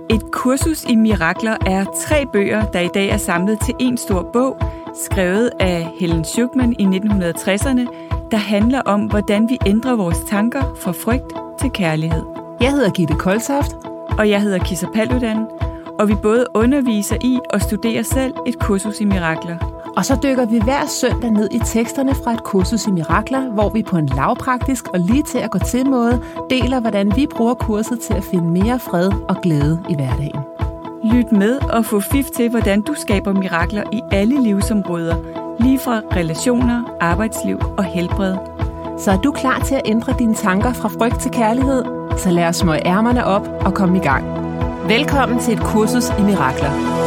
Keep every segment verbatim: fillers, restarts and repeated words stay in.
Et kursus i mirakler er tre bøger, der i dag er samlet til en stor bog, skrevet af Helen Schucman i nitten tresserne, der handler om, hvordan vi ændrer vores tanker fra frygt til kærlighed. Jeg hedder Gitte Koltoft. Og jeg hedder Kisa Paludan, og vi både underviser i og studerer selv et kursus i mirakler. Og så dykker vi hver søndag ned i teksterne fra et kursus i mirakler, hvor vi på en lavpraktisk og lige til at gå til måde deler, hvordan vi bruger kurset til at finde mere fred og glæde i hverdagen. Lyt med og få fif til, hvordan du skaber mirakler i alle livsområder, lige fra relationer, arbejdsliv og helbred. Så er du klar til at ændre dine tanker fra frygt til kærlighed? Så lad os smøge ærmerne op og komme i gang. Velkommen til et kursus i mirakler.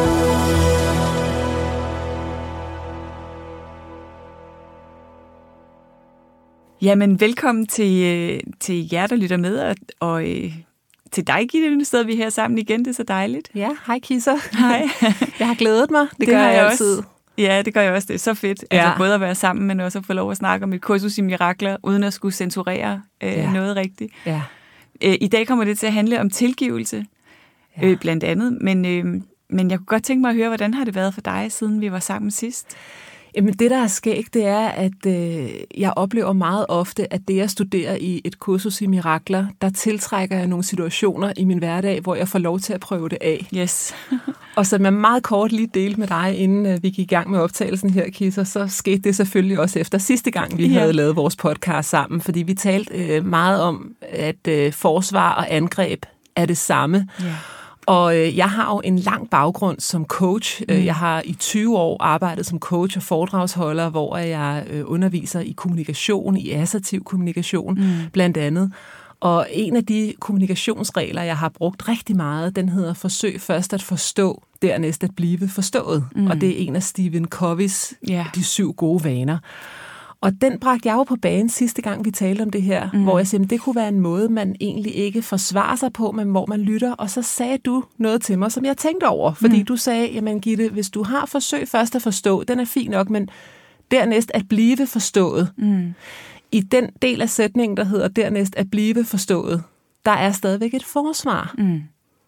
Jamen, velkommen til, til jer, der lytter med, og, og til dig, Gitte. Nu sidder vi her sammen igen. Det er så dejligt. Ja, hej Kisa. Hej. Jeg har glædet mig. Det, det gør jeg, jeg altid. Også. Ja, det gør jeg også. Det er så fedt. Ja. Altså både at være sammen, men også at få lov at snakke om et kursus i mirakler, uden at skulle censurere øh, ja. noget rigtigt. Ja. Øh, I dag kommer det til at handle om tilgivelse, ja. øh, blandt andet. Men, øh, men jeg kunne godt tænke mig at høre, hvordan har det været for dig, siden vi var sammen sidst? Jamen det, der er skægt, det er, at øh, jeg oplever meget ofte, at det, jeg studerer i et kursus i mirakler, der tiltrækker jeg nogle situationer i min hverdag, hvor jeg får lov til at prøve det af. Yes. Og som jeg meget kort lige delte med dig, inden øh, vi gik i gang med optagelsen her, Kisa, så skete det selvfølgelig også efter sidste gang, vi ja. havde lavet vores podcast sammen, fordi vi talte øh, meget om, at øh, forsvar og angreb er det samme. Ja. Og øh, jeg har jo en lang baggrund som coach. Mm. Jeg har i tyve år arbejdet som coach og foredragsholder, hvor jeg øh, underviser i kommunikation, i assertiv kommunikation mm. blandt andet. Og en af de kommunikationsregler, jeg har brugt rigtig meget, den hedder forsøg først at forstå, dernæst at blive forstået. Mm. Og det er en af Stephen Coveys yeah. de syv gode vaner. Og den bragte jeg jo på banen sidste gang, vi talte om det her, mm. hvor jeg sagde, at det kunne være en måde, man egentlig ikke forsvarer sig på, men hvor man lytter. Og så sagde du noget til mig, som jeg tænkte over. Fordi mm. du sagde, jamen Gitte, hvis du har forsøg først at forstå, den er fin nok, men dernæst at blive forstået. Mm. I den del af sætningen, der hedder dernæst at blive forstået, der er stadigvæk et forsvar. Mm.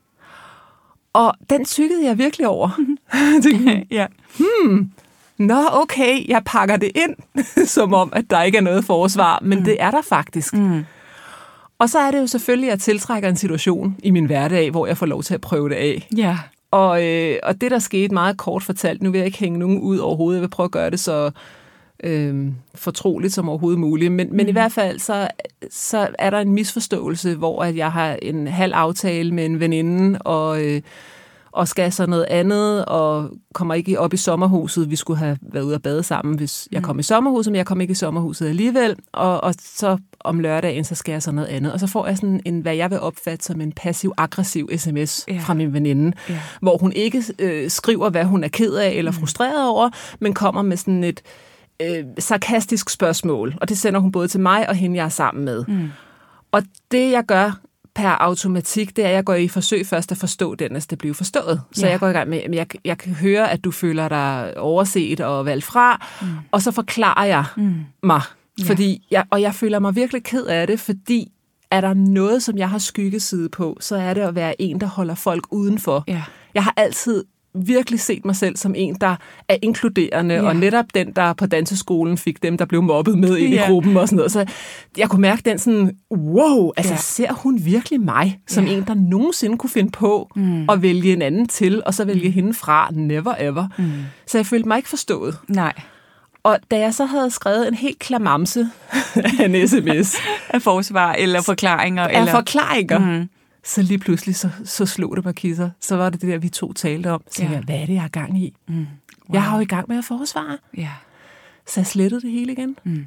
Og den tykkede jeg virkelig over. ja. Hmm... Nå, okay, jeg pakker det ind, som om, at der ikke er noget forsvar, men mm. det er der faktisk. Mm. Og så er det jo selvfølgelig, at jeg tiltrækker en situation i min hverdag, hvor jeg får lov til at prøve det af. Ja. Og, øh, og det, der skete meget kort fortalt, nu vil jeg ikke hænge nogen ud overhovedet, jeg vil prøve at gøre det så øh, fortroligt som overhovedet muligt, men, mm. men i hvert fald så, så er der en misforståelse, hvor at jeg har en halv aftale med en veninde, og... Øh, og skal så noget andet, og kommer ikke op i sommerhuset. Vi skulle have været ude at bade sammen, hvis jeg kom i sommerhuset, men jeg kom ikke i sommerhuset alligevel. Og, og så om lørdagen, så skal jeg så noget andet. Og så får jeg sådan en, hvad jeg vil opfatte som en passiv-aggressiv sms ja. fra min veninde, ja. hvor hun ikke øh, skriver, hvad hun er ked af eller frustreret over, men kommer med sådan et øh, sarkastisk spørgsmål. Og det sender hun både til mig og hende, jeg er sammen med. Mm. Og det, jeg gør per automatik, det er, at jeg går i forsøg først at forstå den, at det bliver forstået. Så ja. jeg går i gang med, jeg, jeg kan høre, at du føler dig overset og valgt fra, mm. og så forklarer jeg mm. mig. Ja. Fordi jeg, og jeg føler mig virkelig ked af det, fordi er der noget, som jeg har skyggeside på, så er det at være en, der holder folk udenfor. Ja. Jeg har altid virkelig set mig selv som en, der er inkluderende, ja. og netop den, der på danseskolen fik dem, der blev mobbet med ind ja. i gruppen og sådan noget. Så jeg kunne mærke den sådan, wow, altså ja. ser hun virkelig mig som ja. en, der nogensinde kunne finde på mm. at vælge en anden til, og så vælge mm. hende fra, never ever. Mm. Så jeg følte mig ikke forstået. Nej. Og da jeg så havde skrevet en helt klamamse af en sms. af forsvar eller forklaringer. Af eller... forklaringer. Mm. Så lige pludselig, så, så slog det mig, Kisser. Så var det det der, vi to talte om. Så ja. jeg, hvad er det, jeg har gang i? Mm. Wow. Jeg har jo i gang med at forsvare. Ja. Så jeg slettede det hele igen. Mm.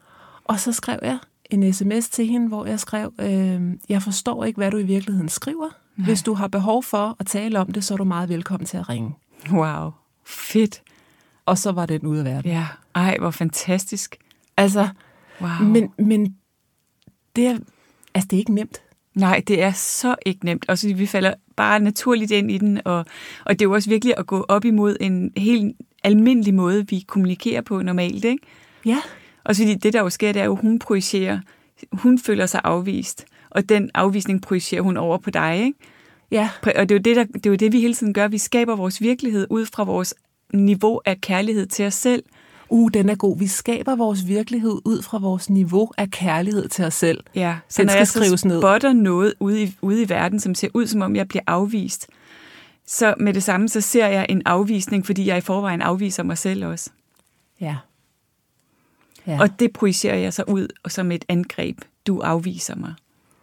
Og så skrev jeg en sms til hende, hvor jeg skrev, øh, jeg forstår ikke, hvad du i virkeligheden skriver. Nej. Hvis du har behov for at tale om det, så er du meget velkommen til at ringe. Wow, fedt. Og så var den ude af verden. Ja, ej, hvor fantastisk. Altså, wow. men, men det, er, altså, det er ikke nemt. Nej, det er så ikke nemt. Og så vi falder bare naturligt ind i den, og, og det er jo også virkelig at gå op imod en helt almindelig måde, vi kommunikerer på normalt, ikke? Ja. Og så fordi det, der jo sker, det er jo, hun projicerer, hun føler sig afvist, og den afvisning projicerer hun over på dig, ikke? Ja. Og det er, jo det, der, det er jo det, vi hele tiden gør. Vi skaber vores virkelighed ud fra vores niveau af kærlighed til os selv. Uh, den er god. Vi skaber vores virkelighed ud fra vores niveau af kærlighed til os selv. Ja, så den når skal jeg skrives så ned. spotter noget ude i, ude i verden, som ser ud, som om jeg bliver afvist, så med det samme, så ser jeg en afvisning, fordi jeg i forvejen afviser mig selv også. Ja. Ja. Og det projicerer jeg så ud som et angreb. Du afviser mig.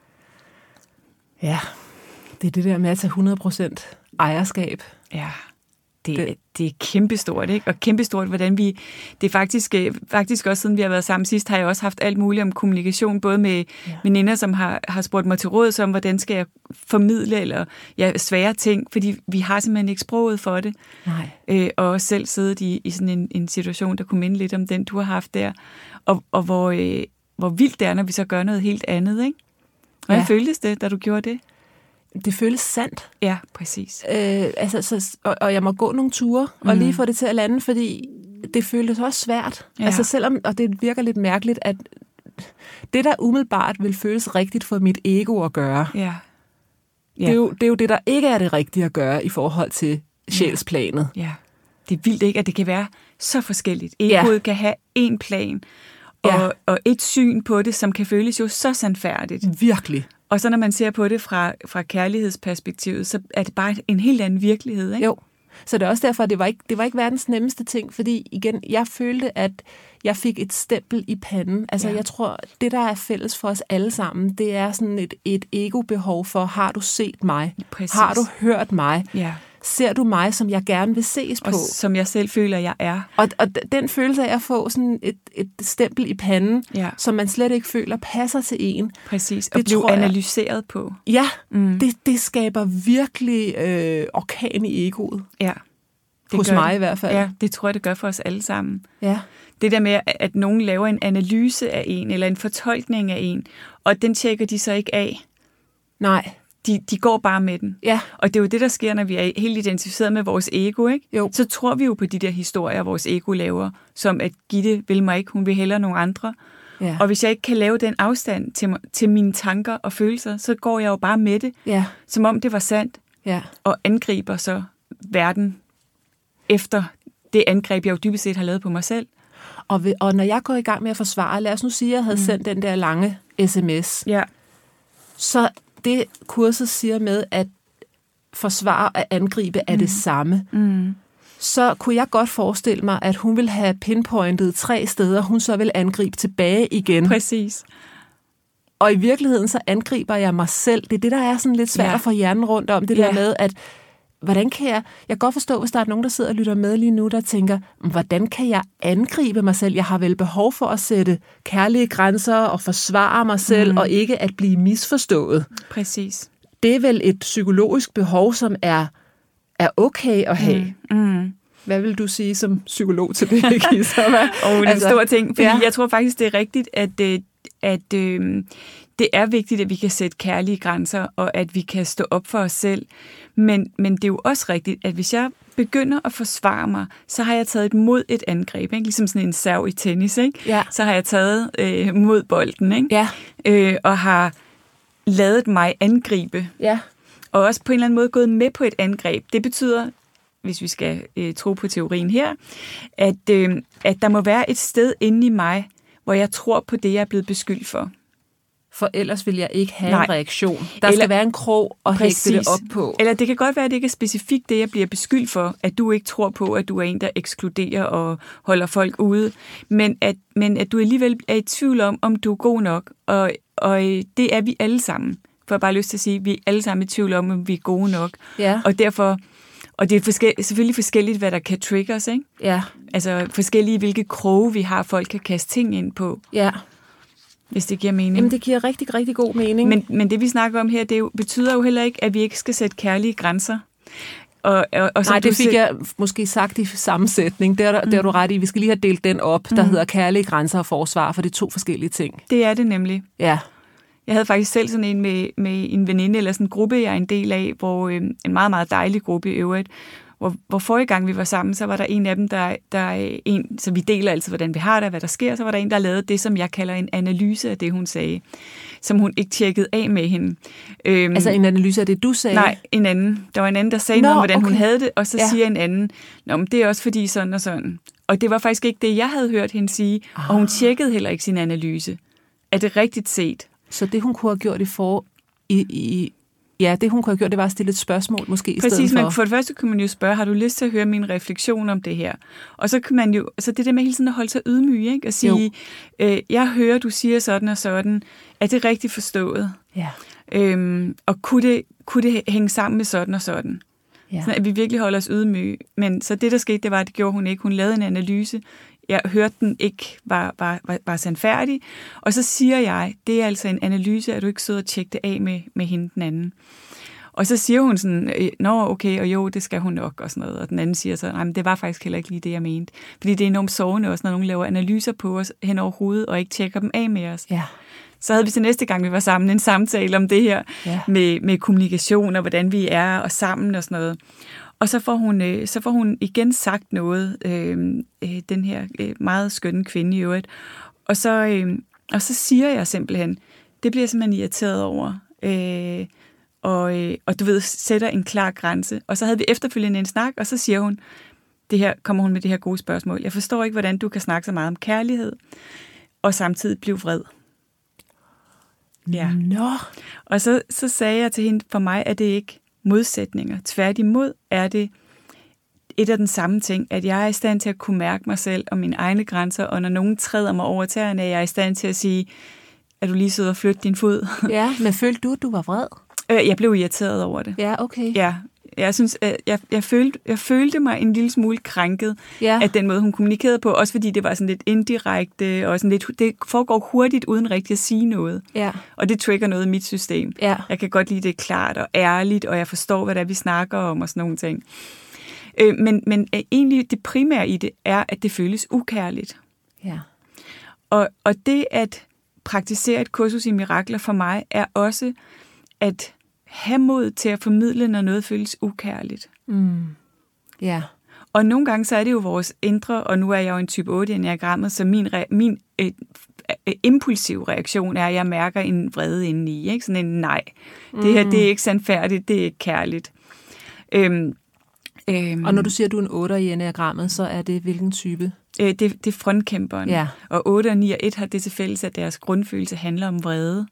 Ja, det er det der med at tage hundrede procent ejerskab. Ja, det, det. det er kæmpestort, ikke? Og kæmpestort, hvordan vi... Det er faktisk, faktisk også, siden vi har været sammen sidst, har jeg også haft alt muligt om kommunikation, både med ja. veninder, som har, har spurgt mig til råds om, hvordan skal jeg formidle, eller ja, svære ting, fordi vi har simpelthen ikke sproget for det. Nej. Øh, og også selv siddet i, i sådan en, en situation, der kunne minde lidt om den, du har haft der, og, og hvor, øh, hvor vildt det er, når vi så gør noget helt andet, ikke? Hvordan ja. føltes det, da du gjorde det? Det føles sandt. Ja, præcis. Øh, altså, så, og, og jeg må gå nogle ture, mm. og lige få det til at lande, fordi det føltes også svært. Ja. Altså selvom, og det virker lidt mærkeligt, at det, der umiddelbart vil føles rigtigt for mit ego at gøre, ja. Ja. Det, er jo, det er jo det, der ikke er det rigtige at gøre i forhold til sjælsplanet. Ja. Det er vildt, ikke? At det kan være så forskelligt. Egoet ja. kan have én plan, og, ja. og et syn på det, som kan føles jo så sandfærdigt. Virkelig. Og så når man ser på det fra, fra kærlighedsperspektivet, så er det bare en helt anden virkelighed, ikke? Jo. Så det er også derfor, at det var ikke, det var ikke verdens nemmeste ting, fordi igen, jeg følte, at jeg fik et stempel i panden. Altså ja. jeg tror, det der er fælles for os alle sammen, det er sådan et, et ego-behov for, har du set mig? Præcis. Har du hørt mig? Ja. Ser du mig, som jeg gerne vil ses på? Og som jeg selv føler, jeg er. Og, og den følelse af at få sådan et, et stempel i panden, ja. som man slet ikke føler passer til en. Præcis, og blive analyseret jeg, på. Ja, mm. det, det skaber virkelig øh, orkan i egoet. Ja. Det Hos mig det. I hvert fald. Ja, det tror jeg, det gør for os alle sammen. Ja. Det der med, at nogen laver en analyse af en, eller en fortolkning af en, og den tjekker de så ikke af. Nej. De, de går bare med den. Ja. Og det er jo det, der sker, når vi er helt identificeret med vores ego, ikke? Jo. Så tror vi jo på de der historier, vores ego laver, som at Gitte vil mig ikke, hun vil hellere nogle andre. Ja. Og hvis jeg ikke kan lave den afstand til, til mine tanker og følelser, så går jeg jo bare med det, ja. som om det var sandt, ja. og angriber så verden efter det angreb, jeg jo dybest set har lavet på mig selv. Og, ved, og når jeg går i gang med at forsvare, lad os nu sige, at jeg havde mm. sendt den der lange sms, ja. så det kurset siger med, at forsvare og angribe er mm. det samme, mm. så kunne jeg godt forestille mig, at hun ville have pinpointet tre steder, hun så vil angribe tilbage igen. Præcis. Og i virkeligheden så angriber jeg mig selv. Det er det, der er sådan lidt svært ja. at få hjernen rundt om, det ja. der med, at hvordan kan jeg... Jeg kan godt forstå, hvis der er nogen, der sidder og lytter med lige nu, der tænker, hvordan kan jeg angribe mig selv? Jeg har vel behov for at sætte kærlige grænser og forsvare mig selv, mm. og ikke at blive misforstået. Præcis. Det er vel et psykologisk behov, som er, er okay at have. Mm. Mm. Hvad vil du sige som psykolog til det, Gisa? Åh, oh, det er altså, en stor ting, fordi ja. jeg tror faktisk, det er rigtigt, at... at øh, det er vigtigt, at vi kan sætte kærlige grænser, og at vi kan stå op for os selv. Men, men det er jo også rigtigt, at hvis jeg begynder at forsvare mig, så har jeg taget mod et angreb, ikke? Ligesom sådan en serv i tennis, ikke? Ja. Så har jeg taget øh, mod bolden, ikke? Ja. Øh, og har ladet mig angribe. Ja. Og også på en eller anden måde gået med på et angreb. Det betyder, hvis vi skal øh, tro på teorien her, at, øh, at der må være et sted inde i mig, hvor jeg tror på det, jeg er blevet beskyldt for. For ellers vil jeg ikke have Nej. en reaktion. Der Eller, skal være en krog at hægte det op på. Eller det kan godt være, at det ikke er specifikt det, jeg bliver beskyldt for, at du ikke tror på, at du er en, der ekskluderer og holder folk ude, men at, men at du alligevel er i tvivl om, om du er god nok, og, og det er vi alle sammen. For jeg bare lyst til at sige, at vi er alle sammen i tvivl om, om vi er gode nok. Ja. Og derfor... Og det er forskel- selvfølgelig forskelligt, hvad der kan trigge os, ikke? Ja. Altså forskellige, hvilke kroge vi har, folk kan kaste ting ind på. Ja. Hvis det giver mening. Jamen, det giver rigtig, rigtig god mening. Men, men det, vi snakker om her, det jo, betyder jo heller ikke, at vi ikke skal sætte kærlige grænser. Og, og, og Nej, det fik selv... jeg måske sagt i sammensætning. Det er, mm. det er du ret i. Vi skal lige have delt den op, der mm. hedder kærlige grænser og forsvar, for det er to forskellige ting. Det er det nemlig. Ja. Jeg havde faktisk selv sådan en med, med en veninde, eller sådan en gruppe, jeg er en del af, hvor øh, en meget, meget dejlig gruppe i øvrigt, hvor, hvor forrige gang vi var sammen, så var der en af dem, der, der er en, så vi deler altid, hvordan vi har det, hvad der sker, så var der en, der lavede det, som jeg kalder en analyse af det, hun sagde, som hun ikke tjekkede af med hende. Øhm, altså en analyse af det, du sagde? Nej, en anden. Der var en anden, der sagde Nå, noget om, hvordan okay. hun havde det, og så ja. siger en anden, nå, men det er også fordi sådan og sådan. Og det var faktisk ikke det, jeg havde hørt hende sige, ah. og hun tjekkede heller ikke sin analyse. Er det rigtigt set? Så det, hun kunne have gjort i for... I, i, ja, det, hun kunne have gjort, det var at stille et spørgsmål, måske, Præcis, i stedet for... men for det første kunne man jo spørge, har du lyst til at høre min refleksion om det her? Og så kan man jo... Så det der med hele tiden at holde sig ydmyg, ikke? At sige, øh, jeg hører, du siger sådan og sådan. Er det rigtigt forstået? Ja. Øhm, og kunne det, kunne det hænge sammen med sådan og sådan? Ja. Sådan, at vi virkelig holder os ydmyge. Men så det, der skete, det var, at det gjorde hun ikke. Hun lavede en analyse. Jeg hørte den ikke var, var, var, var sandfærdig. Og så siger jeg, det er altså en analyse, at du ikke sidder og tjekke det af med, med hende den anden. Og så siger hun sådan, nå okay, og jo, det skal hun nok, og sådan noget. Og den anden siger så, nej, men det var faktisk heller ikke lige det, jeg mente. Fordi det er enormt sårende også, når nogen laver analyser på os hen over hovedet, og ikke tjekker dem af med os. Ja. Så havde vi til næste gang, vi var sammen, en samtale om det her, ja. med, med kommunikation, og hvordan vi er, og sammen og sådan noget. Og så får hun, øh, så får hun igen sagt noget, øh, øh, den her øh, meget skønne kvinde i øvrigt. Og så, øh, og så siger jeg simpelthen, det bliver jeg simpelthen irriteret over. Øh, og, øh, og du ved, sætter en klar grænse. Og så havde vi efterfølgende en snak, og så siger hun, det her, kommer hun med det her gode spørgsmål. Jeg forstår ikke, hvordan du kan snakke så meget om kærlighed, og samtidig blive vred. Ja. Nå. Og så, så sagde jeg til hende, for mig er det ikke modsætninger. Tværtimod er det et af den samme ting, at jeg er i stand til at kunne mærke mig selv og mine egne grænser, og når nogen træder mig over tæerne, er jeg i stand til at sige, at du lige sidder og flytter din fod. Ja, men følte du, at du var vred? Jeg blev irriteret over det. Ja, okay. Ja, jeg synes, jeg, jeg, følte, jeg følte mig en lille smule krænket ja. af den måde, hun kommunikerede på, også fordi det var sådan lidt indirekte, og sådan lidt, det foregår hurtigt, uden rigtig at sige noget. Ja. Og det trigger noget i mit system. Ja. Jeg kan godt lide det klart og ærligt, og jeg forstår, hvad det er, vi snakker om, og sådan nogle ting. Øh, men, men egentlig det primære i det er, at det føles ukærligt. Ja. Og, og det at praktisere et kursus i mirakler for mig, er også at have mod til at formidle, når noget føles ukærligt. Mm. Ja. Og nogle gange så er det jo vores indre, og nu er jeg jo en type otte i enagrammet, så min, re, min øh, øh, impulsiv reaktion er, at jeg mærker en vrede indeni. Ikke? Sådan en nej. Det her, det er ikke sandfærdigt, det er ikke kærligt. Øhm, øhm, og når du siger, at du er en otter i enagrammet, så er det hvilken type? Øh, det, det er frontkæmperen. Ja. Og otte og ni og et har det til fælles, at deres grundfølelse handler om vrede.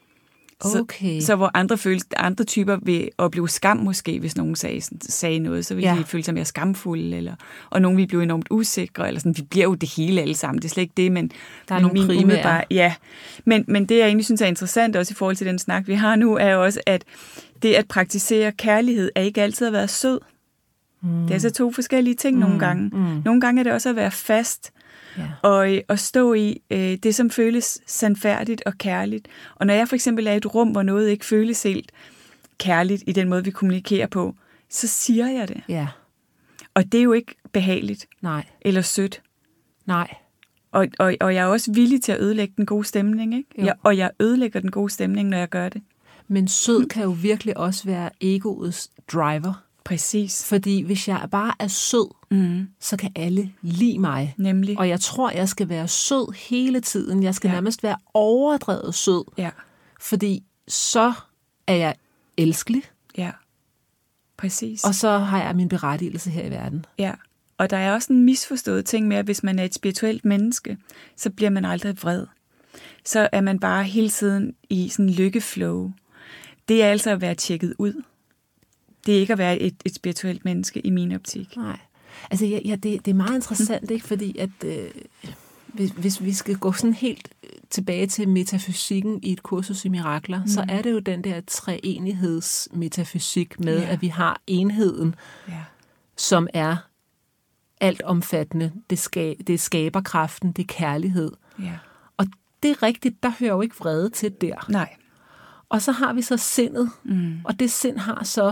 Okay. Så, så hvor andre, føles, andre typer vil opleve skam måske, hvis nogen sagde, sagde noget, så vil ja. de føle sig mere skamfulde, eller, og nogen vil blive enormt usikre, eller sådan, vi bliver jo det hele alle sammen, det er slet ikke det, men der er nogle primære. Ja, men, men det jeg egentlig synes er interessant, også i forhold til den snak, vi har nu, er også, at det at praktisere kærlighed, er ikke altid at være sød. Mm. Det er altså to forskellige ting mm. nogle gange. Mm. Nogle gange er det også at være fast, ja. og, og stå i øh, det, som føles sandfærdigt og kærligt. Og når jeg for eksempel er i et rum, hvor noget ikke føles helt kærligt i den måde, vi kommunikerer på, så siger jeg det. Ja. Og det er jo ikke behageligt. Nej. Eller sødt. Nej. Og, og, og jeg er også villig til at ødelægge den gode stemning, ikke? Jeg, og jeg ødelægger den gode stemning, når jeg gør det. Men sød kan jo virkelig også være egoets driver. Præcis. Fordi hvis jeg bare er sød, mm. så kan alle lide mig. Nemlig. Og jeg tror, jeg skal være sød hele tiden. Jeg skal ja. nærmest være overdrevet sød. Ja. Fordi så er jeg elskelig. Ja, præcis. Og så har jeg min berettigelse her i verden. Ja, og der er også en misforstået ting med, at hvis man er et spirituelt menneske, så bliver man aldrig vred. Så er man bare hele tiden i sådan en lykkeflow. Det er altså at være tjekket ud. Det er ikke at være et, et spirituelt menneske i min optik. Nej. Altså, ja, ja, det, det er meget interessant, ikke? Fordi at øh, hvis, hvis vi skal gå sådan helt tilbage til metafysikken i et kursus i mirakler, mm. så er det jo den der treenigheds-metafysik med, yeah. at vi har enheden, yeah. som er altomfattende. Det, ska, det skaber kraften, det er kærlighed. Yeah. Og det er rigtigt, der hører jo ikke vrede til der. Nej. Og så har vi så sindet, mm. og det sind har så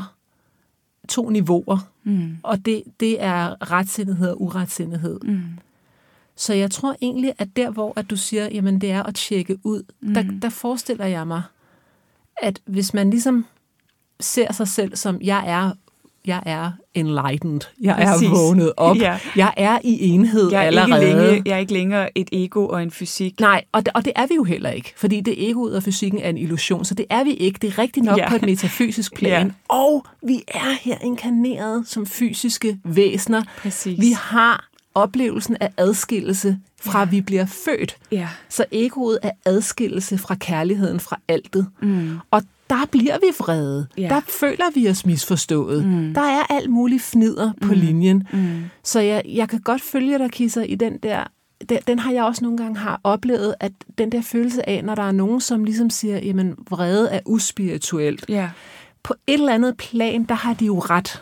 to niveauer, mm. og det, det er retsindighed og uretsindighed. Mm. Så jeg tror egentlig, at der, hvor at du siger, jamen det er at tjekke ud, mm. der, der forestiller jeg mig, at hvis man ligesom ser sig selv som, jeg er jeg er enlightened. Jeg Præcis. er vågnet op. Ja. Jeg er i enhed Jeg er, allerede. ikke længe, jeg er ikke længere et ego og en fysik. Nej, og det, og det er vi jo heller ikke, fordi det egoet og fysikken er en illusion, så det er vi ikke. Det er rigtigt nok Ja. på et metafysisk plan. Ja. Og vi er her inkarneret som fysiske væsener. Præcis. Vi har oplevelsen af adskillelse fra, ja. vi bliver født. Ja. Så egoet er adskillelse fra kærligheden, fra altet. Mm. Og der bliver vi vrede. Ja. Der føler vi os misforstået. Mm. Der er alt muligt fnider på Mm. linjen. Mm. Så jeg, jeg kan godt følge dig, Kisser, i den der... Den, den har jeg også nogle gange har oplevet, at den der følelse af, når der er nogen, som ligesom siger, jamen vrede er uspirituelt. Ja. På et eller andet plan, der har de jo ret.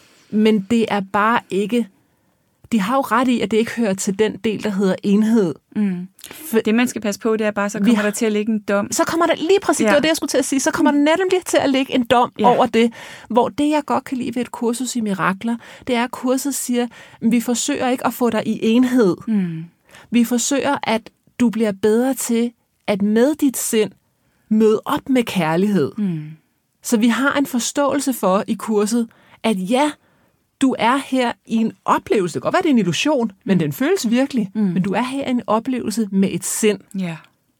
Men det er bare ikke... De har jo ret i, at det ikke hører til den del, der hedder enhed. Mm. Det, man skal passe på, det er bare, så Vi kommer har- der til at ligge en dom. Så kommer der lige præcis, Ja. det var det, jeg skulle til at sige, så kommer der netop til at ligge en dom Ja. over det, hvor det, jeg godt kan lide ved et kursus i mirakler, det er, at kurset siger, vi forsøger ikke at få dig i enhed. Mm. Vi forsøger, at du bliver bedre til at med dit sind møde op med kærlighed. Mm. Så vi har en forståelse for i kurset, at ja, du er her i en oplevelse. Det kan godt være, det er en illusion, men den føles virkelig. Mm. Men du er her i en oplevelse med et sind. Ja.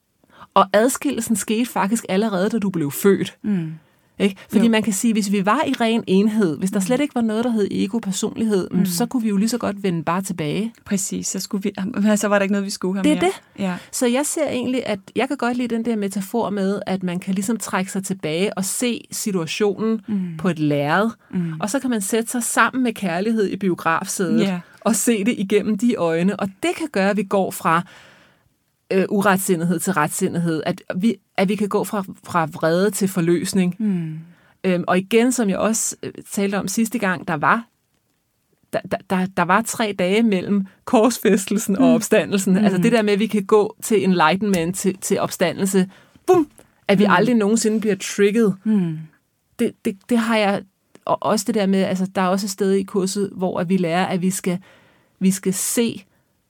Og adskillelsen skete faktisk allerede, da du blev født. Mm. Ikke? Fordi Jo. man kan sige, hvis vi var i ren enhed, hvis der slet ikke var noget, der hed ego-personlighed, mm. så kunne vi jo lige så godt vende bare tilbage. Præcis, så, skulle vi, så var der ikke noget, vi skulle have Det er mere. det. Ja. Så jeg ser egentlig, at jeg kan godt lide den der metafor med, at man kan ligesom trække sig tilbage og se situationen mm. på et lærred, mm. og så kan man sætte sig sammen med kærlighed i biografsædet Ja. og se det igennem de øjne, og det kan gøre, at vi går fra øh, uretsindighed til retsindighed, at vi, at vi kan gå fra, fra vrede til forløsning. Mm. Øhm, og igen, som jeg også øh, talte om sidste gang, der var der, der, der var tre dage mellem korsfæstelsen mm. og opstandelsen. Mm. Altså det der med, at vi kan gå til enlightenment, til, til opstandelse, bum, at vi mm. aldrig nogensinde bliver trigget. Mm. Det, det, det har jeg, og også det der med, altså der er også et sted i kurset, hvor at vi lærer, at vi skal, vi skal se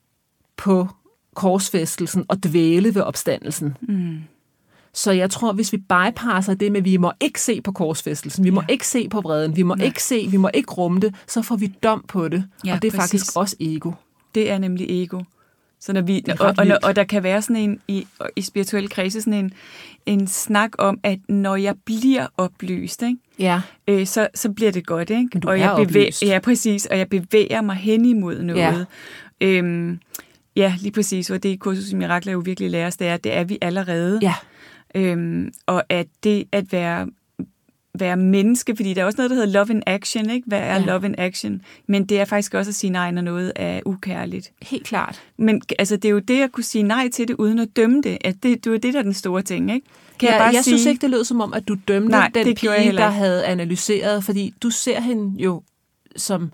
på korsfæstelsen og dvæle ved opstandelsen. Mm. Så jeg tror, hvis vi bypasser det med, at vi må ikke se på korsfæstelsen, vi må Ja. ikke se på vreden, vi må Nej. ikke se, vi må ikke rumme det, så får vi dom på det. Ja, og det er præcis. faktisk også ego. Det er nemlig ego. Så når vi, er og, ret og, vildt. og der kan være sådan en, i, i spirituelle kredse, sådan en, en snak om, at når jeg bliver oplyst, ikke? Ja. Øh, så, så bliver det godt, ikke? Men du og er jeg oplyst. Ja, præcis. Og jeg bevæger mig hen imod noget. Ja, øhm, ja lige præcis. Og det kursus i mirakler jo virkelig lærer os, det er, det er vi allerede. Ja. Øhm, og at det at være, være menneske, fordi der er også noget, der hedder love in action, ikke? Hvad er Ja. love in action? Men det er faktisk også at sige nej, når noget er ukærligt. Helt klart. Men altså, det er jo det at kunne sige nej til det, uden at dømme det. At det, det er det, der er den store ting, ikke? Kan Ja, jeg bare jeg sige... synes ikke, det lød som om, at du dømte Nej, den det gjorde jeg pige, heller der ikke. havde analyseret, fordi du ser hende jo som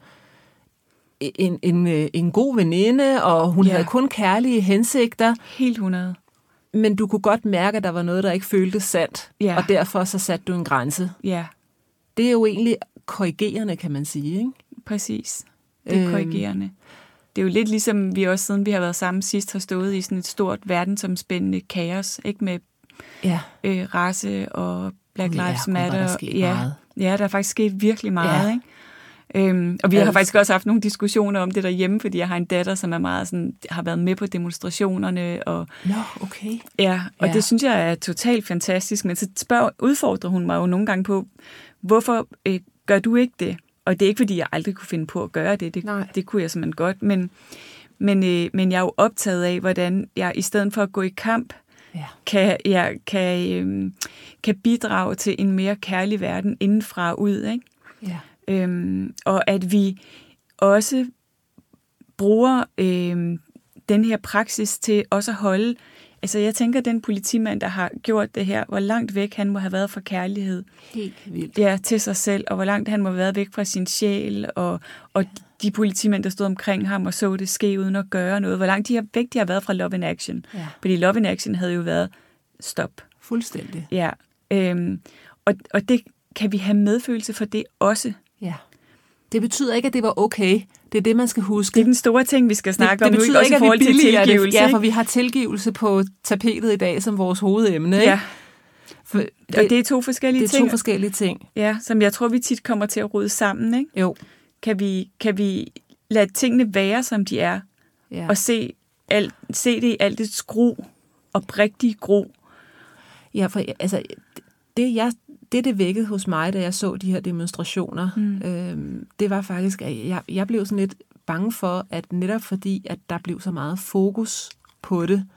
en, en, en god veninde, og hun Ja. havde kun kærlige hensigter, Helt hundrede. men du kunne godt mærke, at der var noget, der ikke føltes sandt, Ja. og derfor så satte du en grænse. Ja, Det er jo egentlig korrigerende, kan man sige, ikke? præcis. Det er Øhm. korrigerende. Det er jo lidt ligesom vi også, siden vi har været sammen sidst, har stået i sådan et stort verdensomspændende kaos, ikke med Ja. øh, race og Black Ja, Lives gud, hvor er der Matter. sket ja, meget. ja, der er faktisk sket virkelig meget, Ja. ikke? Øhm, og vi Altså- har faktisk også haft nogle diskussioner om det derhjemme, fordi jeg har en datter, som er meget sådan, har været med på demonstrationerne, og Nå, okay. ja, og Ja. det synes jeg er totalt fantastisk, men så spørger, udfordrer hun mig jo nogle gange på, hvorfor øh, gør du ikke det? Og det er ikke, fordi jeg aldrig kunne finde på at gøre det, det, Nej. det kunne jeg simpelthen godt, men, men, øh, men jeg er jo optaget af, hvordan jeg i stedet for at gå i kamp, Ja. kan, jeg kan, øh, kan bidrage til en mere kærlig verden indenfra og ud, ikke? Ja. Øhm, og at vi også bruger øhm, den her praksis til også at holde, altså jeg tænker, den politimand, der har gjort det her, hvor langt væk han må have været fra kærlighed, Helt vildt. ja, til sig selv, og hvor langt han må have været væk fra sin sjæl, og, og de politimænd, der stod omkring ham og så det ske uden at gøre noget, hvor langt de har, væk de har været fra Love in Action. Ja. Fordi Love in Action havde jo været stop. Fuldstændig. Ja, øhm, og, og det kan vi have medfølelse for det også. Ja. Det betyder ikke, at det var okay. Det er det, man skal huske. Det er den store ting, vi skal snakke det, det om nu, betyder også ikke, i forhold at vi til billiger tilgivelse. det. Ja, ikke? for vi har tilgivelse på tapetet i dag som vores hovedemne. Ikke? Ja. For det, og det er to forskellige det er ting. to forskellige ting. Ja, som jeg tror, vi tit kommer til at rode sammen, ikke? Jo. Kan vi, kan vi lade tingene være, som de er, Ja. og se, alt, se det i alt det skru, oprigtige gro? Ja, for altså, det, jeg, det, det vækkede hos mig, da jeg så de her demonstrationer, mm. øhm, det var faktisk, at jeg, jeg blev sådan lidt bange for, at netop fordi, at der blev så meget fokus på det,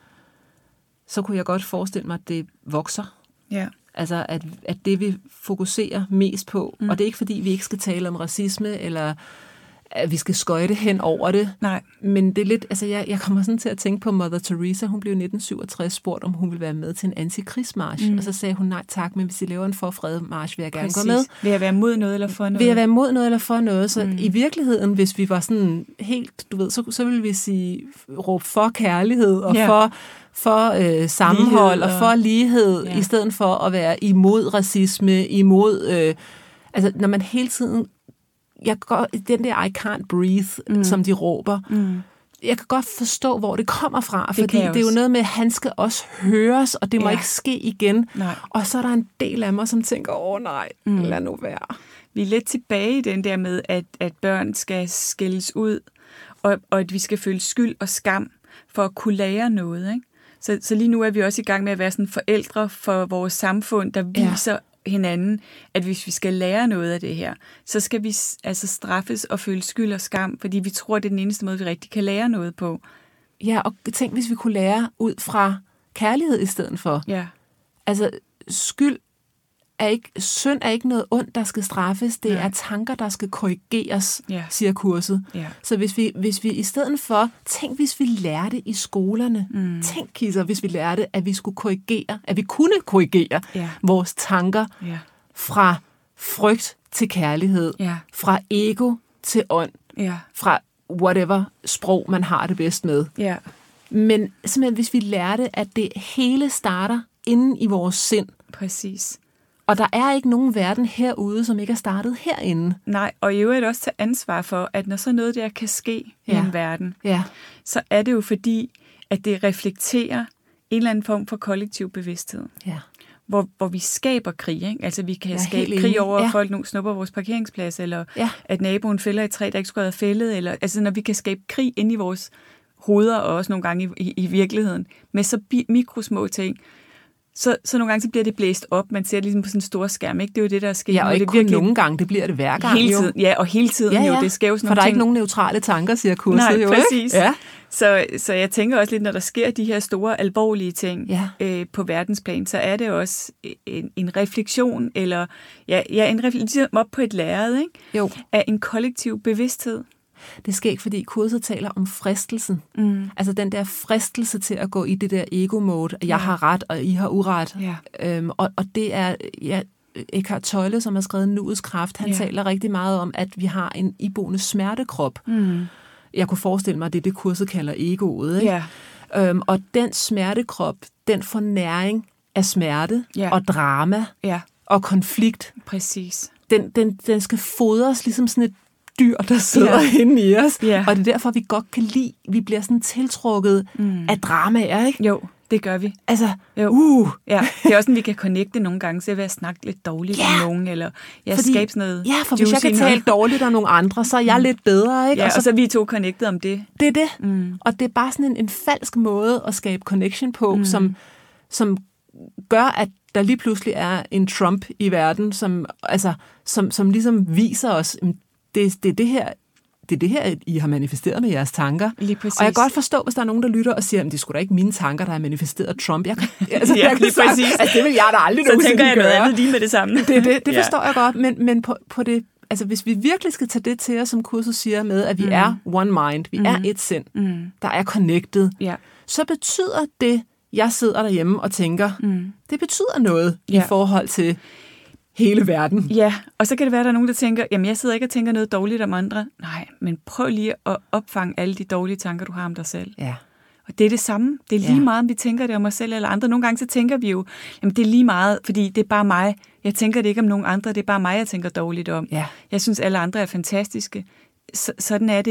så kunne jeg godt forestille mig, at det vokser. Ja. Altså, at, at det vi fokuserer mest på, mm. og det er ikke fordi, vi ikke skal tale om racisme, eller at vi skal skøjte hen over det. Nej. Men det er lidt, altså jeg, jeg kommer sådan til at tænke på Mother Teresa. Hun blev i nitten syvogtres spurgt, om hun ville være med til en antikrigsmarch. Mm. Og så sagde hun, nej tak, men hvis I laver en forfredsmarch, vil jeg gerne Præcis. gå med. Vil jeg være mod noget eller for noget? Vil jeg være mod noget eller for noget? Så Mm. i virkeligheden, hvis vi var sådan helt, du ved, så, så ville vi sige, råbe for kærlighed og Ja. for, for øh, sammenhold Lighed og, og for lighed, ja. i stedet for at være imod racisme, imod, øh, altså når man hele tiden, jeg går, den der I can't breathe, mm. som de råber, Mm. jeg kan godt forstå, hvor det kommer fra, Det fordi kan jeg det er jo også. noget med, at han skal også høres, og det må Ja. ikke ske igen. Nej. Og så er der en del af mig, som tænker, åh nej, mm. lad nu være. Vi er lidt tilbage i den der med, at, at børn skal skældes ud, og, og at vi skal føle skyld og skam for at kunne lære noget. Ikke? Så, så lige nu er vi også i gang med at være sådan forældre for vores samfund, der viser ja. hinanden, at hvis vi skal lære noget af det her, så skal vi altså straffes og føle skyld og skam, fordi vi tror, det er den eneste måde, vi rigtig kan lære noget på. Ja, og tænk, hvis vi kunne lære ud fra kærlighed i stedet for. Ja. Altså, skyld er ikke, synd er ikke noget ondt, der skal straffes. Det Ja. er tanker, der skal korrigeres, Ja. siger kurset. Ja. Så hvis vi, hvis vi i stedet for, tænk hvis vi lærte i skolerne, mm. tænk Kisser, hvis vi lærte, at vi skulle korrigere, at vi kunne korrigere Ja. vores tanker Ja. fra frygt til kærlighed, Ja. fra ego til ånd, Ja. fra whatever sprog, man har det bedst med. Ja. Men simpelthen, hvis vi lærte, at det hele starter inde i vores sind, Præcis. og der er ikke nogen verden herude, som ikke er startet herinde. Nej, og i øvrigt også tage ansvar for, at når så noget der kan ske ja. i Ja. en verden, Ja, så er det jo fordi, at det reflekterer en eller anden form for kollektiv bevidsthed. ja. Hvor, hvor vi skaber krig, ikke? Altså vi kan Jeg er skabe helt krig enig. over, at Ja. folk nu snupper vores parkeringsplads, eller Ja. at naboen fælder et træ, der ikke skulle have fældet, eller altså når vi kan skabe krig inde i vores hoveder, og også nogle gange i, i, i virkeligheden, med så bi- mikrosmå ting, så, så nogle gange så bliver det blæst op. Man ser det ligesom på sådan en stor skærm, ikke? Det er jo det, der er sket. Ja, nu. og Det ikke er kun virkelig nogle gange, det bliver det hver gang. hele jo. tiden. Ja, og hele tiden Ja, ja. jo. Det skal jo sådan For der nogle er ikke ting. nogen neutrale tanker, siger kurset Nej, jo. præcis. Ikke? Ja. Så, så jeg tænker også lidt, når der sker de her store, alvorlige ting Ja. øh, på verdensplan, så er det også en, en refleksion, eller ja, ja, en refleksion op på et lærred, ikke? Jo. Af en kollektiv bevidsthed. Det sker ikke, fordi kurset taler om fristelsen. Mm. Altså den der fristelse til at gå i det der ego-mode, at jeg Ja. har ret, og I har uret. Ja. Øhm, og, og det er ja, Eckhart Tolle, som har skrevet Nuets kraft, han Ja. taler rigtig meget om, at vi har en iboende smertekrop. Mm. Jeg kunne forestille mig, at det er det, kurset kalder egoet. Ikke? Ja. Øhm, og den smertekrop, den får næring af smerte Ja. og drama Ja, og konflikt. præcis. Den, den, den skal fodres ligesom sådan et dyr, der sidder Ja. inde i os. Ja. Og det er derfor, vi godt kan lide, vi bliver sådan tiltrukket Mm. af dramaer, ikke? Jo, det gør vi. Altså, Jo. uh, Ja, det er også sådan, vi kan connecte nogle gange, så jeg vil snakke lidt dårligt Ja. om nogen, eller jeg Fordi- skabe sådan noget ja, for hvis jeg juicy kan noget. tale dårligt om nogle andre, så er jeg lidt bedre, ikke? Ja, og så, og så er vi to connected om det. det er det. Mm. Og det er bare sådan en, en falsk måde at skabe connection på, mm. som, som gør, at der lige pludselig er en Trump i verden, som, altså, som, som ligesom viser os, det, det er det her, det er det her, I har manifesteret med jeres tanker. Lige præcis. Og jeg kan godt forstå, hvis der er nogen, der lytter og siger, at det er sgu da ikke mine tanker, der har manifesteret Trump. Jeg kan, altså, Ja, jeg kan lige sagt, præcis. altså, det vil jeg da aldrig Så nogensinde tænker jeg noget gøre. andet lige med det samme. Det, det, det Ja. forstår jeg godt, men, men på, på det, altså, hvis vi virkelig skal tage det til os, som kurset siger med, at vi mm. er one mind, vi mm. er et sind, Mm. der er connected, Ja. så betyder det, jeg sidder derhjemme og tænker, Mm. det betyder noget Ja. i forhold til hele verden. Ja, og så kan det være, at der er nogen, der tænker, jamen jeg sidder ikke og tænker noget dårligt om andre. Nej, men prøv lige at opfange alle de dårlige tanker, du har om dig selv. Ja. Og det er det samme. Det er lige Ja. meget, om vi tænker det om os selv eller andre. Nogle gange så tænker vi jo, jamen det er lige meget, fordi det er bare mig. Jeg tænker det ikke om nogen andre, det er bare mig, jeg tænker dårligt om. Ja. Jeg synes, alle andre er fantastiske. Så, sådan er det ikke.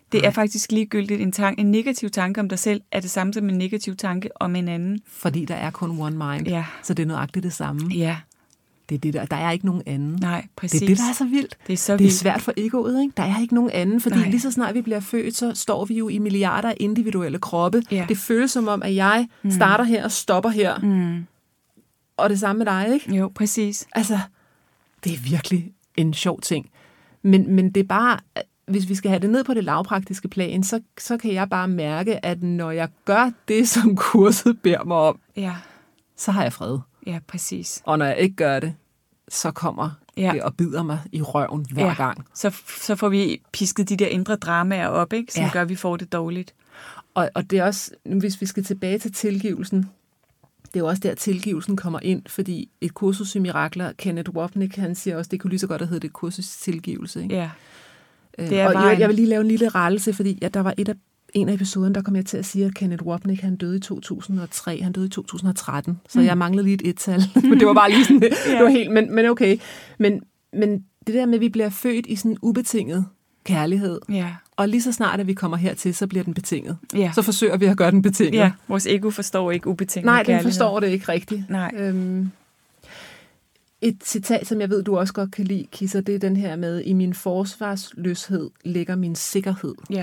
Det Nej. er faktisk ligegyldigt. En, tanke, en negativ tanke om dig selv er det samme som en negativ tanke om en anden. Fordi der er kun one mind, Ja. så det er nøjagtigt det samme. Ja. Det er det der. Der er ikke nogen anden. Nej, præcis. Det er det, der er så vildt. Det er så Det er vildt. svært for egoet, ikke? Der er ikke nogen anden, fordi Nej. lige så snart vi bliver født, så står vi jo i milliarder af individuelle kroppe. Ja. Det føles som om, at jeg mm. starter her og stopper her. Mm. Og det samme med dig, ikke? Jo, præcis. Altså, det er virkelig en sjov ting. Men, men det er bare, hvis vi skal have det ned på det lavpraktiske plan, så, så kan jeg bare mærke, at når jeg gør det, som kurset beder mig om, Ja, så har jeg fred. ja, præcis. Og når jeg ikke gør det, så kommer Ja. det og bider mig i røven hver Ja. gang. Så, så får vi pisket de der indre dramaer op, ikke? Som Ja. gør, at vi får det dårligt. Og, og det er også, hvis vi skal tilbage til tilgivelsen, det er jo også der, tilgivelsen kommer ind, fordi et kursus i mirakler, Kenneth Wapnick, han siger også, det kunne lige så godt have heddet et kursus i tilgivelse. Ikke? Ja. Øh, det er og bare jeg, en- jeg vil lige lave en lille rettelse, fordi ja, der var et af, en af episoden, der kom jeg til at sige, at Kenneth Wapnick, han døde i to tusind og tre, han døde i to tusind og tretten, så mm. jeg manglede lige et et-tal. Men det var bare lige sådan, det, Ja. det var helt, men, men okay. Men, men det der med, at vi bliver født i sådan en ubetinget kærlighed, Ja. og lige så snart, at vi kommer hertil, så bliver den betinget. Ja. Så forsøger vi at gøre den betinget. Ja, vores ego forstår ikke ubetinget Nej, den kærlighed. forstår det ikke rigtigt. Nej. Øhm, et citat, som jeg ved, du også godt kan lide, Kisser, det er den her med, i min forsvarsløshed ligger min sikkerhed. Ja.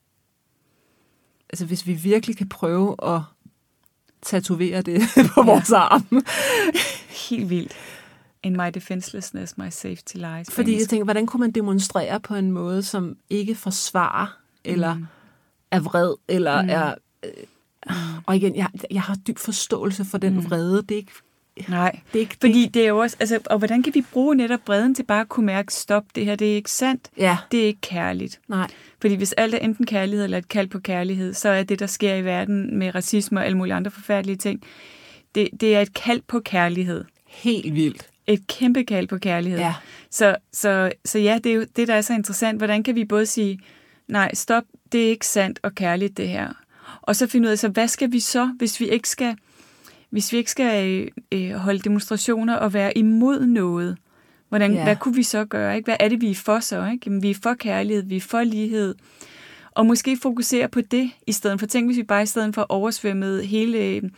Altså, hvis vi virkelig kan prøve at tatovere det på vores arm. Helt vildt. In my defenselessness, my safety lies. på Fordi jeg engelsk. tænker, hvordan kunne man demonstrere på en måde, som ikke forsvarer, eller Mm. er vred, eller Mm. er... Øh, og igen, jeg, jeg har dyb forståelse for den Mm. vrede. Det er ikke... Nej, Det er ikke fordi det er jo også, altså, og hvordan kan vi bruge netop bredden til bare at kunne mærke, stop, det her, det er ikke sandt, Ja, det er ikke kærligt. nej. Fordi hvis alt er enten kærlighed eller et kald på kærlighed, så er det, der sker i verden med racisme og alle mulige andre forfærdelige ting, det, det er et kald på kærlighed. Helt vildt. Et kæmpe kald på kærlighed. Ja. Så, så, så ja, det er jo det, der er så interessant. Hvordan kan vi både sige, nej, stop, det er ikke sandt og kærligt, det her. Og så finde ud af, så hvad skal vi så, hvis vi ikke skal, hvis vi ikke skal øh, holde demonstrationer og være imod noget? Hvordan, Ja. Hvad kunne vi så gøre? Ikke? Hvad er det, vi er for så? Ikke? Jamen, vi er for kærlighed, vi er for lighed. Og måske fokusere på det, i stedet for, tænk hvis vi bare i stedet for oversvømmede hele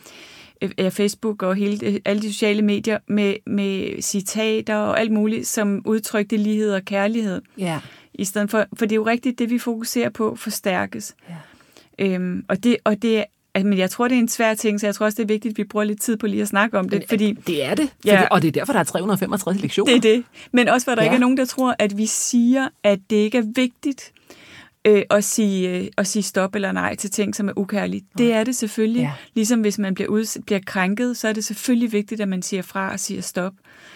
øh, Facebook og hele, alle de sociale medier med, med citater og alt muligt, som udtrykte lighed og kærlighed. Ja. I stedet for, for det er jo rigtigt, det vi fokuserer på, forstærkes. Ja. Øhm, og det, og det er, men jeg tror, det er en svær ting, så jeg tror også, det er vigtigt, at vi bruger lidt tid på lige at snakke om det, Men, fordi det er det. Ja. Fordi, og det er derfor, der er tre hundrede og femogtres lektioner. det er det. Men også, hvor der Ja. ja. ikke er nogen, der tror, at vi siger, at det ikke er vigtigt øh, at, sige, øh, at sige stop eller nej til ting, som er ukærlige. Det er det selvfølgelig. Ja. Ligesom hvis man bliver, ud, bliver krænket, så er det selvfølgelig vigtigt, at man siger fra og siger stop.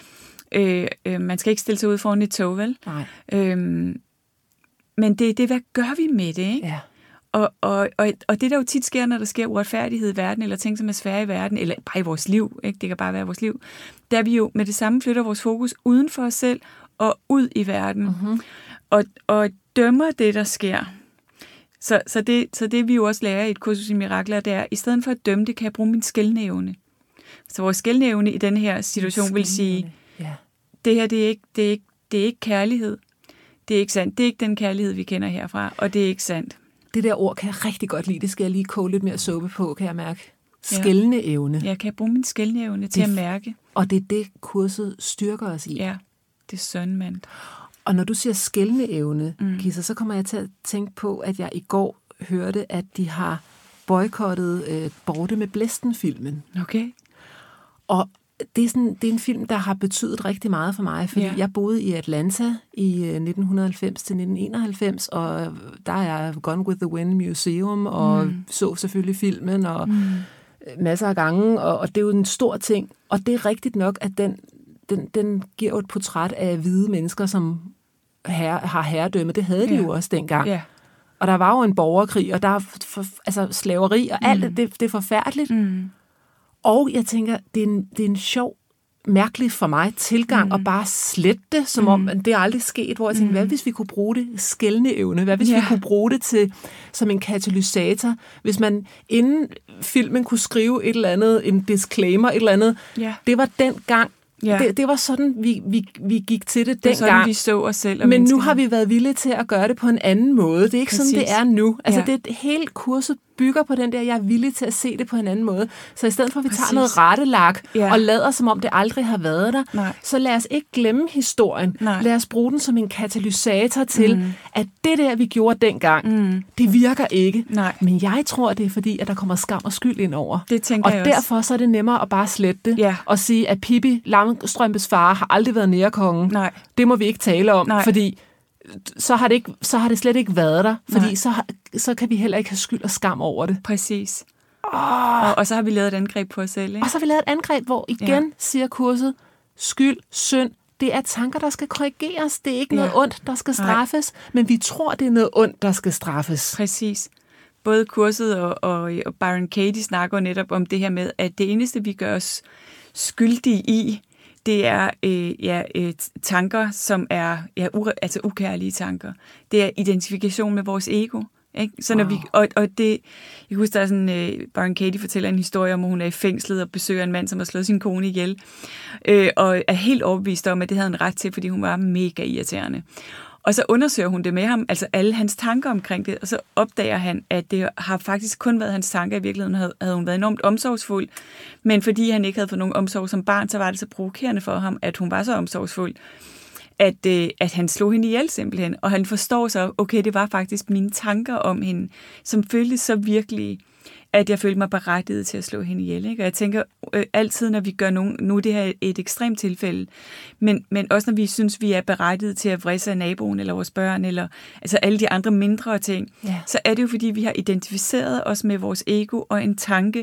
Øh, øh, man skal ikke stille sig ud foran et tog, vel? Nej. Øhm, men det er det, hvad gør vi med det, ikke? Ja. Og, og, og, og det, der jo tit sker, når der sker uretfærdighed i verden, eller ting, som er svære i verden, eller bare i vores liv, ikke? Det kan bare være vores liv, der vi jo med det samme flytter vores fokus uden for os selv og ud i verden. Mm-hmm. Og, og dømmer det, der sker. Så, så, det, så det, vi jo også lærer i et kursus i mirakler, det er, i stedet for at dømme det, kan jeg bruge min skelneevne. Så vores skelneevne i den her situation vil sige, Ja. det her, det er ikke, det er ikke, det er ikke kærlighed. Det er ikke sandt. Det er ikke den kærlighed, vi kender herfra, og det er ikke sandt. Det der ord kan jeg rigtig godt lide. Det skal jeg lige koge lidt mere suppe på, kan jeg mærke. Skældende evne. Jeg kan bruge min skelneevne til Det- at mærke. Og det er det, kurset styrker os i. Ja, det er sønmand. Og når du siger skældende evne, Mm. mm. Kisser, så kommer jeg til at tænke på, at jeg i går hørte, at de har boykottet øh, Borte med Blæsten-filmen. Okay. Og det er, sådan, det er en film, der har betydet rigtig meget for mig, fordi Ja. jeg boede i Atlanta i øh, nitten halvfems til nitten enoghalvfems, og der er Gone with the Wind Museum, og Mm. mm. så selvfølgelig filmen, og Mm. masser af gange, og, og det er jo en stor ting. Og det er rigtigt nok, at den, den, den giver jo et portræt af hvide mennesker, som herre, har herredømme. Det havde de Ja. jo også dengang. Ja. Og der var jo en borgerkrig, og der er for, altså slaveri, og alt Mm. det, det, det er forfærdeligt. Mm. Og jeg tænker, det er en, det er en sjov, mærkelig for mig tilgang Mm. at bare slette det, som Mm. om at det er aldrig sket. Hvor jeg tænker, Mm. hvad hvis vi kunne bruge det skældende evne? Hvad hvis Ja. vi kunne bruge det til som en katalysator? Hvis man inden filmen kunne skrive et eller andet, en disclaimer, et eller andet. Ja. Det var den gang, Ja. Det, det var sådan, vi, vi, vi gik til det, det dengang. Sådan, vi så os selv. Men nu har vi været villige til at gøre det på en anden måde. Det er ikke Præcis. Sådan, det er nu. Altså, ja. det hele kurset bygger på den der, jeg er villig til at se det på en anden måde. Så i stedet for, at vi Præcis. Tager noget rettelak ja. Og lader, som om det aldrig har været der, Nej. Så lad os ikke glemme historien. Nej. Lad os bruge den som en katalysator til, mm. at det der, vi gjorde dengang, mm. det virker ikke. Nej. Men jeg tror, det er fordi, at der kommer skam og skyld ind over. Det tænker og jeg derfor også. Så er det nemmere at bare slette det ja. Og sige, at Pippi Langstrømpes far har aldrig været nærkongen. Nej. Det må vi ikke tale om, Nej. Fordi så har, det ikke, så har det slet ikke været der, fordi Nej. så, så kan vi heller ikke have skyld og skam over det. Præcis. Oh. Og, og så har vi lavet et angreb på os selv, ikke? Og så har vi lavet et angreb, hvor igen ja. Siger kurset, skyld, synd, det er tanker, der skal korrigeres. Det er ikke ja. Noget ondt, der skal straffes, Nej. Men vi tror, det er noget ondt, der skal straffes. Præcis. Både kurset og, og, og Byron Katie snakker netop om det her med, at det eneste, vi gør os skyldige i, det er øh, ja, øh, tanker, som er ja, u- altså ukærlige tanker. Det er identifikation med vores ego. Ikke? Så når wow. vi, og, og det, jeg husker, der er sådan, øh, Byron Katie fortæller en historie om, at hun er i fængslet og besøger en mand, som har slået sin kone ihjel, øh, og er helt overbevist om, at det havde han ret til, fordi hun var mega irriterende. Og så undersøger hun det med ham, altså alle hans tanker omkring det, og så opdager han, at det har faktisk kun været hans tanker. I virkeligheden havde, havde hun været enormt omsorgsfuld, men fordi han ikke havde fået nogen omsorg som barn, så var det så provokerende for ham, at hun var så omsorgsfuld, at, øh, at han slog hende ihjel simpelthen. Og han forstår så, okay, det var faktisk mine tanker om hende, som føltes så virkelige, at jeg følte mig berettiget til at slå hende ihjel. Ikke? Og jeg tænker øh, altid, når vi gør nogen, nu er det her et ekstremt tilfælde, men, men også når vi synes, vi er berettiget til at vrisse af naboen eller vores børn, eller altså alle de andre mindre ting, ja. Så er det jo fordi, vi har identificeret os med vores ego og en tanke,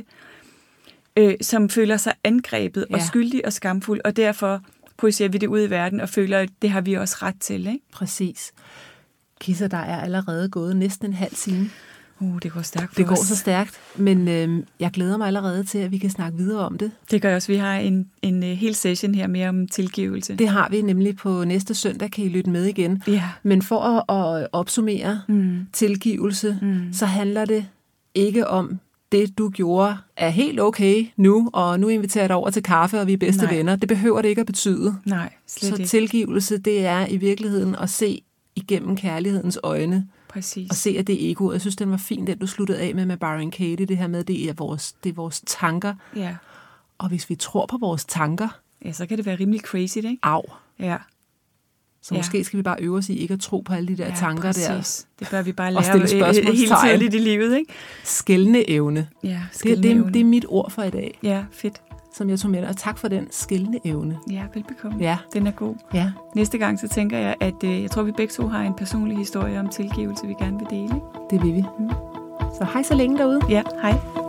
øh, som føler sig angrebet ja. Og skyldig og skamfuld, og derfor projicerer vi det ud i verden og føler, at det har vi også ret til. Ikke? Præcis. Kisser, der er allerede gået næsten en halv time. Uh, det går stærkt for Det går os. så stærkt, men øh, jeg glæder mig allerede til, at vi kan snakke videre om det. Det gør også. Vi har en, en uh, hel session her mere om tilgivelse. Det har vi nemlig på næste søndag, kan I lytte med igen. Ja. Men for at, at opsummere mm. tilgivelse, mm. så handler det ikke om, det du gjorde er helt okay nu, og nu inviterer jeg dig over til kaffe, og vi er bedste Nej. Venner. Det behøver det ikke at betyde. Nej, slet så ikke. Tilgivelse, det er i virkeligheden at se igennem kærlighedens øjne. Præcis. Og se, at det er ego. Jeg synes, den var fint, den du sluttede af med med Byron Katie, det her med, det er vores, det er vores tanker. Ja. Og hvis vi tror på vores tanker... Ja, så kan det være rimelig crazy, ikke? Au. Ja. Så ja. Måske skal vi bare øve os i ikke at tro på alle de der ja, tanker præcis. Der. Det bør vi bare lære hele tiden i livet, ikke? Skældende evne. Ja, det, det, det er mit ord for i dag. Ja, fedt. Som jeg tog med dig. Og tak for den skældende evne. Ja, velbekomme. Ja. Den er god. Ja. Næste gang, så tænker jeg, at øh, jeg tror, vi begge to har en personlig historie om tilgivelse, vi gerne vil dele. Ikke? Det vil vi. Mm. Så hej så længe derude. Ja, hej.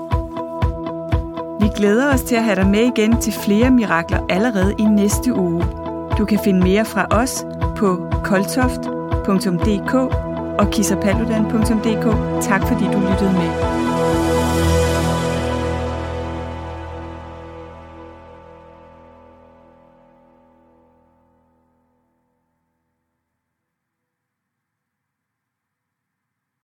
Vi glæder os til at have dig med igen til flere mirakler allerede i næste uge. Du kan finde mere fra os på koltoft punktum d k og kissapaludan punktum d k. Tak fordi du lyttede med.